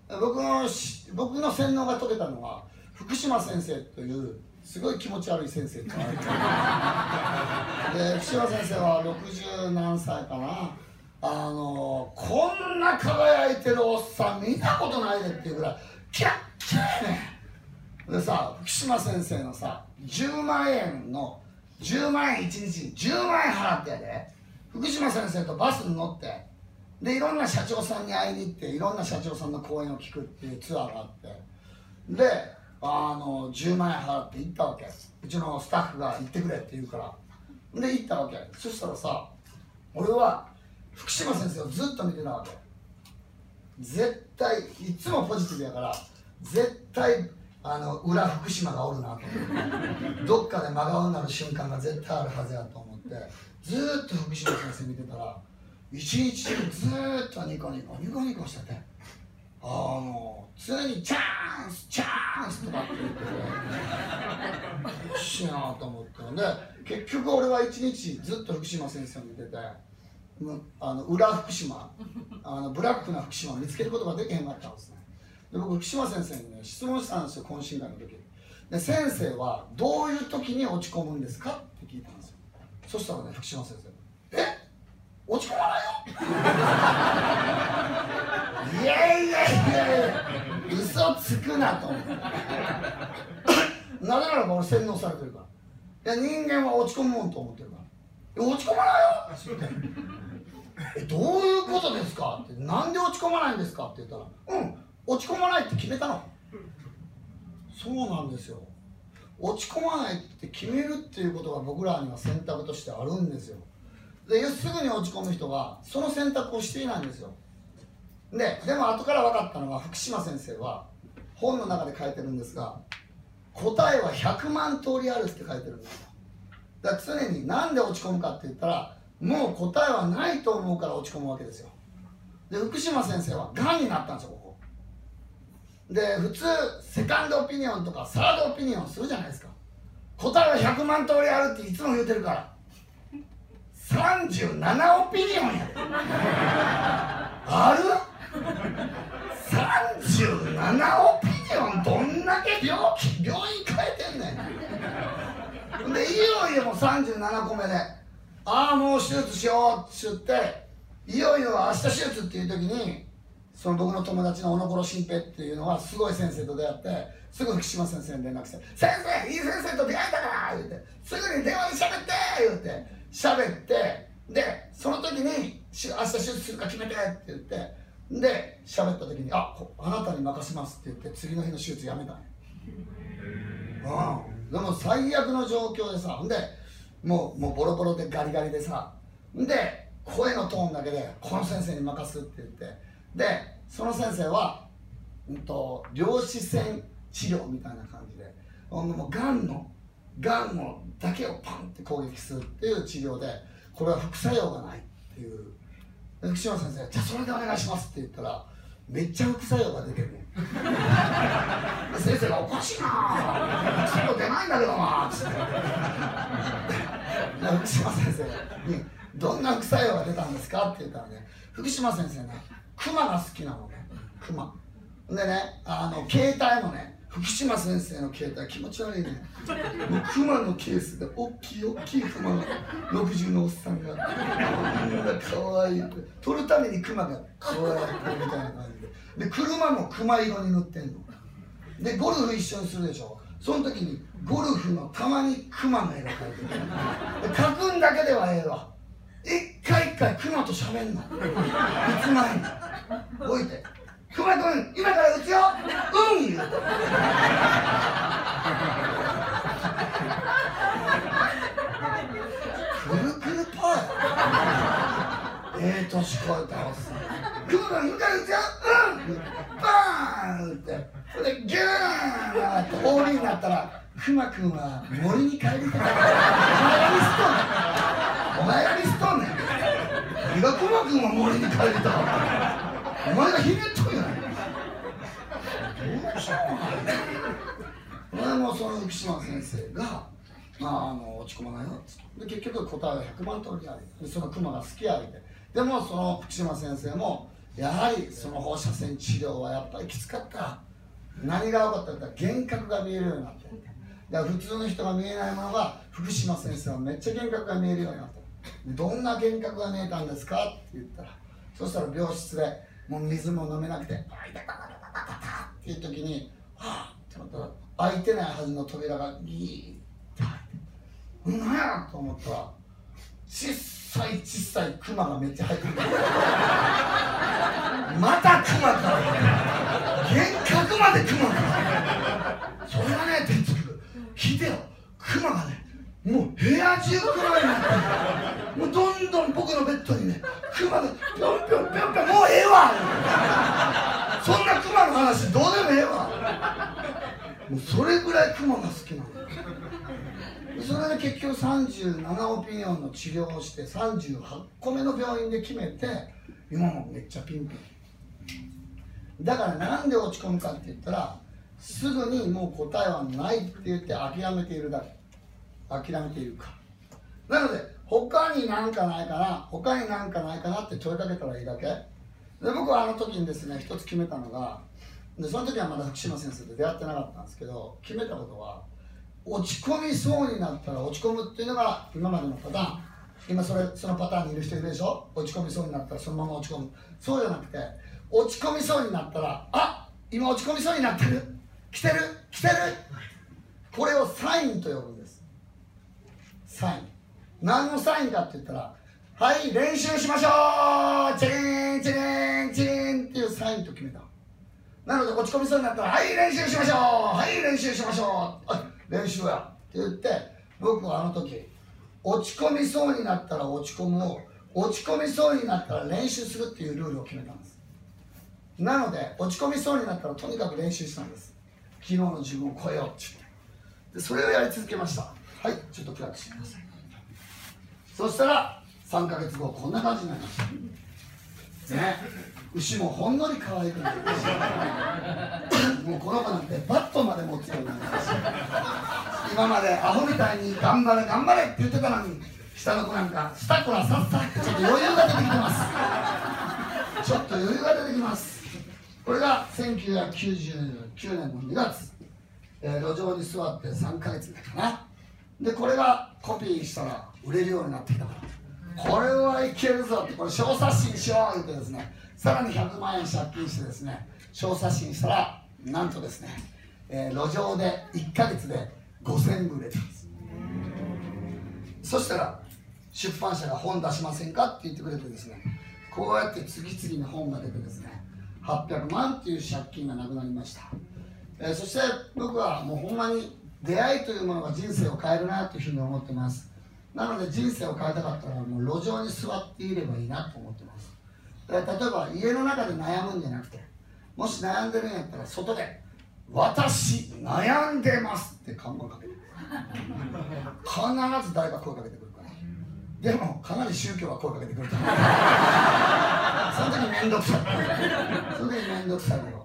僕の洗脳が解けたのは福島先生というすごい気持ち悪い先生と会えてで福島先生は60何歳かな、こんな輝いてるおっさん見たことないでっていうぐらいキラッキラやねん。でさ、福島先生のさ10万円1日10万円払ってやで、福島先生とバスに乗ってでいろんな社長さんに会いに行っていろんな社長さんの講演を聞くっていうツアーがあって、で10万円払って行ったわけ。うちのスタッフが行ってくれって言うからで行ったわけ。そしたらさ、俺は福島先生をずっと見てたわけ。絶対いつもポジティブやから絶対裏福島がおるなと思ってどっかで真顔になる瞬間が絶対あるはずやと思ってずーっと福島先生見てたら一日中ずーっとニコニコしてて常にチャンスとかって言っておかしいなと思ってで結局俺は一日ずっと福島先生を見てて裏福島ブラックな福島を見つけることができへんかったんですね。で僕福島先生にね質問したんですよ、懇親会の時で。先生はどういう時に落ち込むんですかって聞いたんですよ。そしたらね福島先生落ち込まないよいや嘘つくなと思ってなぜならば俺洗脳されてるから。いや人間は落ち込むもんと思ってるから落ち込まないよってどういうことですかってなんで落ち込まないんですかって言ったら落ち込まないって決めたの。そうなんですよ。落ち込まないって決めるっていうことが僕らには選択としてあるんですよ。ですぐに落ち込む人がその選択をしていないんですよ。でも後から分かったのが福島先生は本の中で書いてるんですが答えは100万通りあるって書いてるんですよ。だから常になんで落ち込むかって言ったらもう答えはないと思うから落ち込むわけですよ。で福島先生はがんになったんですよここで。普通セカンドオピニオンとかサードオピニオンするじゃないですか。答えは100万通りあるっていつも言うてるから37オピニオンやである37オピニオンどんだけ病院変えてんねんでいよいよもう37個目でもう手術しようって言っていよいよ明日手術っていう時にその僕の友達の小野頃新平っていうのはすごい先生と出会ってすぐ福島先生に連絡して「先生いい先生と出会えたから!」言って「すぐに電話で喋って!」言って喋ってでその時に「明日手術するか決めて!」って言ってで喋った時に「あなたに任せます」って言って次の日の手術やめたんや。でも最悪の状況でさでもうボロボロでガリガリでさで声のトーンだけで「この先生に任す」って言ってでその先生は量子線治療みたいな感じでもうがんをだけをパンって攻撃するっていう治療でこれは副作用がないっていう。福島先生「じゃあそれでお願いします」って言ったらめっちゃ副作用が出てるね先生が「おかしいな副作用出ないんだけどな」っつって福島先生に「どんな副作用が出たんですか?」って言ったらね福島先生ねクマが好きなのね。クマでね携帯もね福島先生の携帯気持ち悪いね。もうクマのケースで大きいクマが60のおっさんがあんなかわいいって撮るためにクマがこうやってるみたいな感じで車もクマ色に塗ってんのでゴルフ一緒にするでしょ。その時にゴルフのたまにクマの絵が描いてるで描くんだけではええわ一回クマと喋んの打つ前に置いてクマ君今から打つよ言うてくるくるパーや年越えたおっさんクマ君今から打つよバーンってそれでギューンってオールになったらクマ君は森に帰りたかったお前がミスとんねん何がクマ君は森に帰りたかったお前がひねっとんやないどうしようもないもうその福島先生が落ち込まないよって結局答えは100万通りありでそのクマが好きありでもその福島先生もやはりその放射線治療はやっぱりきつかった。何が起こったかって幻覚が見えるようになって、だから普通の人が見えないものが福島先生はめっちゃ幻覚が見えるようになった。どんな幻覚が見えたんですかって言ったら、そしたら病室でもう水も飲めなくて、あいたたたたたたっていう時に、はぁって思ったら開いてないはずの扉がギーッて開いて、何やと思ったら小さい小さいクマがめっちゃ入ってる。またクマか、幻覚までクマか。それがね、哲学聞いてよ、クマがねもう部屋中クマになって、もうどんどん僕のベッドにねクマがぴょんぴょんぴょんぴょん、もうええわ、そんなクマの話どうでもええわ。もうそれぐらいクマが好きなの。それで結局37オピニオンの治療をして38個目の病院で決めて、今もめっちゃピンピンだから。なんで落ち込むかって言ったら、すぐにもう答えはないって言って諦めているだけ。諦めているか。なので他になんかないかな、他になんかないかなって問いかけたらいいだけで、僕はあの時にですね一つ決めたのが、でその時はまだ福島先生と出会ってなかったんですけど、決めたことは、落ち込みそうになったら落ち込むっていうのが今までのパターン。今そのパターンにいる人いるでしょ。落ち込みそうになったらそのまま落ち込む。そうじゃなくて、落ち込みそうになったら、あ、今落ち込みそうになってる、来てる来てる、これをサインと呼ぶんです。サイン。何のサインかって言ったら、はい練習しましょう、チリンチリンチリンっていうサインと決めた。なので落ち込みそうになったら、はい練習しましょう、はい練習しましょう、練習やって言って、僕はあの時落ち込みそうになったら落ち込むを、落ち込みそうになったら練習するっていうルールを決めたんです。なので落ち込みそうになったらとにかく練習したんです。昨日の自分を超えようって言って、でそれをやり続けました。はい、ちょっと暗くしてください。そしたら3ヶ月後こんな感じになりましたね。牛もほんのり可愛くなりましたもうこの子なんてバットまで持つようになりました。今までアホみたいに頑張れ頑張れって言ってたのに、下の子なんかスタコラさっさってちょっと余裕が出てきてます。ちょっと余裕が出てきます。これが1999年の2月、路上に座って3ヶ月目かな。でこれがコピーしたら売れるようになってきたから、これはいけるぞって、これ小冊子にしようってですね、さらに100万円借金してですね、小冊子にしたらなんとですね、路上で1ヶ月で5000部売れたんです。そしたら出版社が本出しませんかって言ってくれてですね、こうやって次々に本が出てですね、800万っていう借金がなくなりました。そして僕はもうほんまに出会いというものが人生を変えるなというふうに思ってます。なので人生を変えたかったらもう路上に座っていればいいなと思ってます。例えば家の中で悩むんじゃなくて、もし悩んでるんやったら外で「私悩んでます」って看板かけて、必ず誰か声かけてくるから。でもかなり宗教は声かけてくると思うその時めんどくさいその時めんどくさいけど、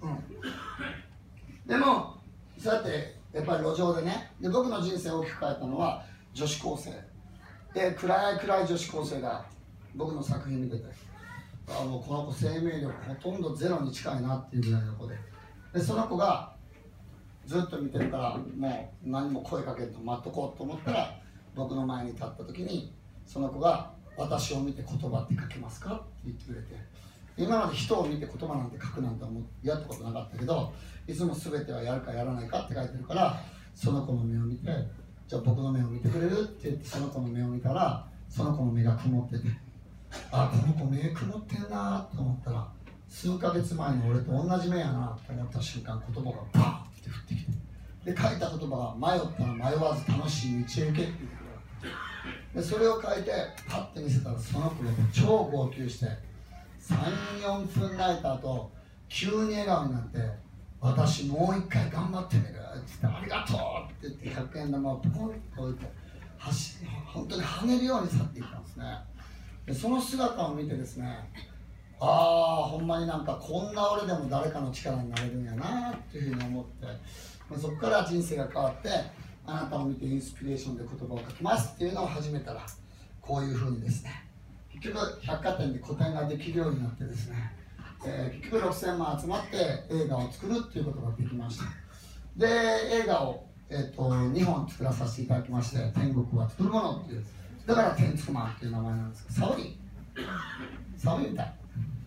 でもそうやってやっぱり路上でね、で僕の人生を大きく変えたのは女子高生で、暗い女子高生が僕の作品見てて、もうこの子生命力ほとんどゼロに近いなっていうぐらいの子で、その子がずっと見てるから、もう何も声かけると待っとこうと思ったら、僕の前に立った時にその子が「私を見て言葉って書けますか?」って言ってくれて、今まで人を見て言葉なんて書くなんてやったことなかったけど、いつも全てはやるかやらないかって書いてるから、その子の目を見て「じゃあ僕の目を見てくれる?」って言ってその子の目を見たら、その子の目が曇ってて、あ、この子目曇ってんなと思ったら、数ヶ月前の俺と同じ目やなと思った瞬間、言葉がバーンって降ってきて、で書いた言葉が「迷ったら迷わず楽しい道へ行け」って言ってくれた。でそれを書いてパッて見せたら、その子が超号泣して 3,4 分泣いた後急に笑顔になって「私もう一回頑張ってみる」って言って「ありがとう」って言って100円玉をポコンと置いて本当に跳ねるように去っていったんですね。でその姿を見てですね、ああほんまになんかこんな俺でも誰かの力になれるんやなっていうふうに思って、そこから人生が変わって、あなたを見てインスピレーションで言葉を書きますっていうのを始めたら、こういうふうにですね、結局百貨店で個展ができるようになってですね、 結局6000万集まって映画を作るっていうことができました。で映画を、2本作らさせていただきまして、天国は作るものっていう、だから天竺マンっていう名前なんですけど、寒いみたい、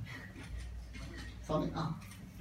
寒いな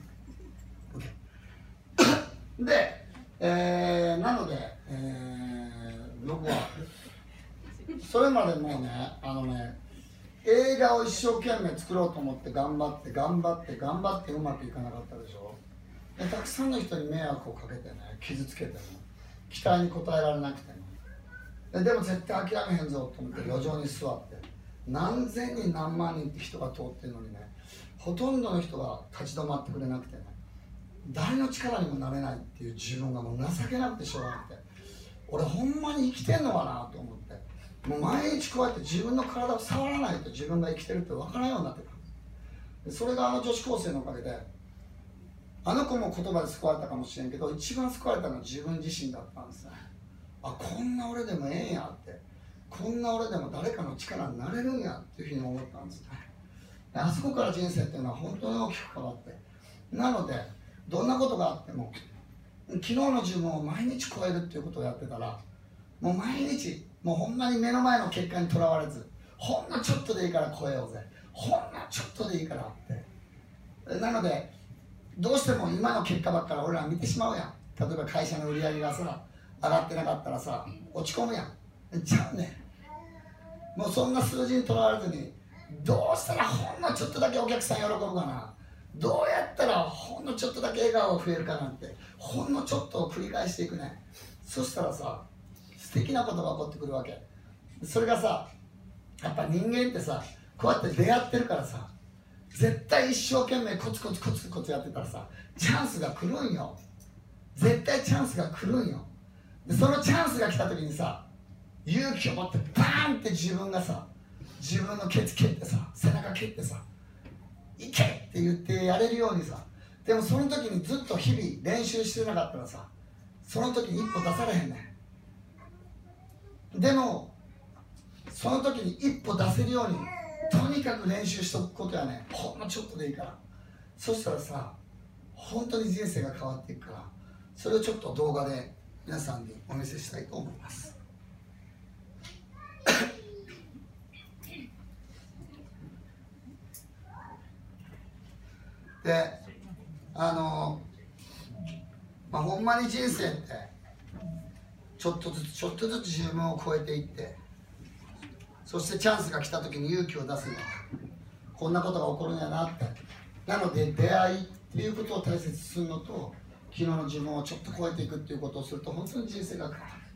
で、なので、僕はそれまでもうね、映画を一生懸命作ろうと思って頑張ってうまくいかなかったでしょ。でたくさんの人に迷惑をかけてね、傷つけても期待に応えられなくても、でも絶対諦めへんぞと思って路上に座って、何千人何万人って人が通ってるのにね、ほとんどの人が立ち止まってくれなくてね、誰の力にもなれないっていう自分がもう情けなくてしょうがなくて、俺ほんまに生きてんのかなと思って、もう毎日こうやって自分の体を触らないと自分が生きてるって分からんようになってた。でそれが女子高生のおかげで、あの子も言葉で救われたかもしれんけど、一番救われたのは自分自身だったんですね。あ、こんな俺でもええんやって、こんな俺でも誰かの力になれるんやっていうふうに思ったんですね。あそこから人生っていうのは本当に大きく変わって、なのでどんなことがあっても昨日の自分を毎日超えるっていうことをやってたら、もう毎日もうほんまに目の前の結果にとらわれず、ほんのちょっとでいいから超えようぜ、ほんのちょっとでいいからって。なのでどうしても今の結果ばっかり俺ら見てしまうやん。例えば会社の売り上げがさ上がってなかったらさ落ち込むやん。ちゃうねん。もうそんな数字にとらわれずに、どうしたらほんのちょっとだけお客さん喜ぶかな、どうやったらほんのちょっとだけ笑顔が増えるかなんて、ほんのちょっとを繰り返していくね。そしたらさ素敵なことが起こってくるわけ。それがさ、やっぱ人間ってさこうやって出会ってるからさ、絶対一生懸命コツコツやってたらさチャンスが来るんよ。絶対チャンスが来るんよ。でそのチャンスが来た時にさ、勇気を持ってバーンって自分がさ、自分のケツ蹴ってさ、背中蹴ってさ、行けって言ってやれるようにさ。でもその時にずっと日々練習してなかったらさ、その時に一歩出されへんねん。でもその時に一歩出せるようにとにかく練習しとくことやね。ほんのちょっとでいいから。そしたらさ、本当に人生が変わっていくから、それをちょっと動画で皆さんにお見せしたいと思います。で、ほんまに人生ってちょっとずつ自分を超えていって、そしてチャンスが来た時に勇気を出すのは、こんなことが起こるんやなって。なので出会いっていうことを大切にするのと、昨日の自分をちょっと超えていくっていうことをすると、本当に人生が変わる。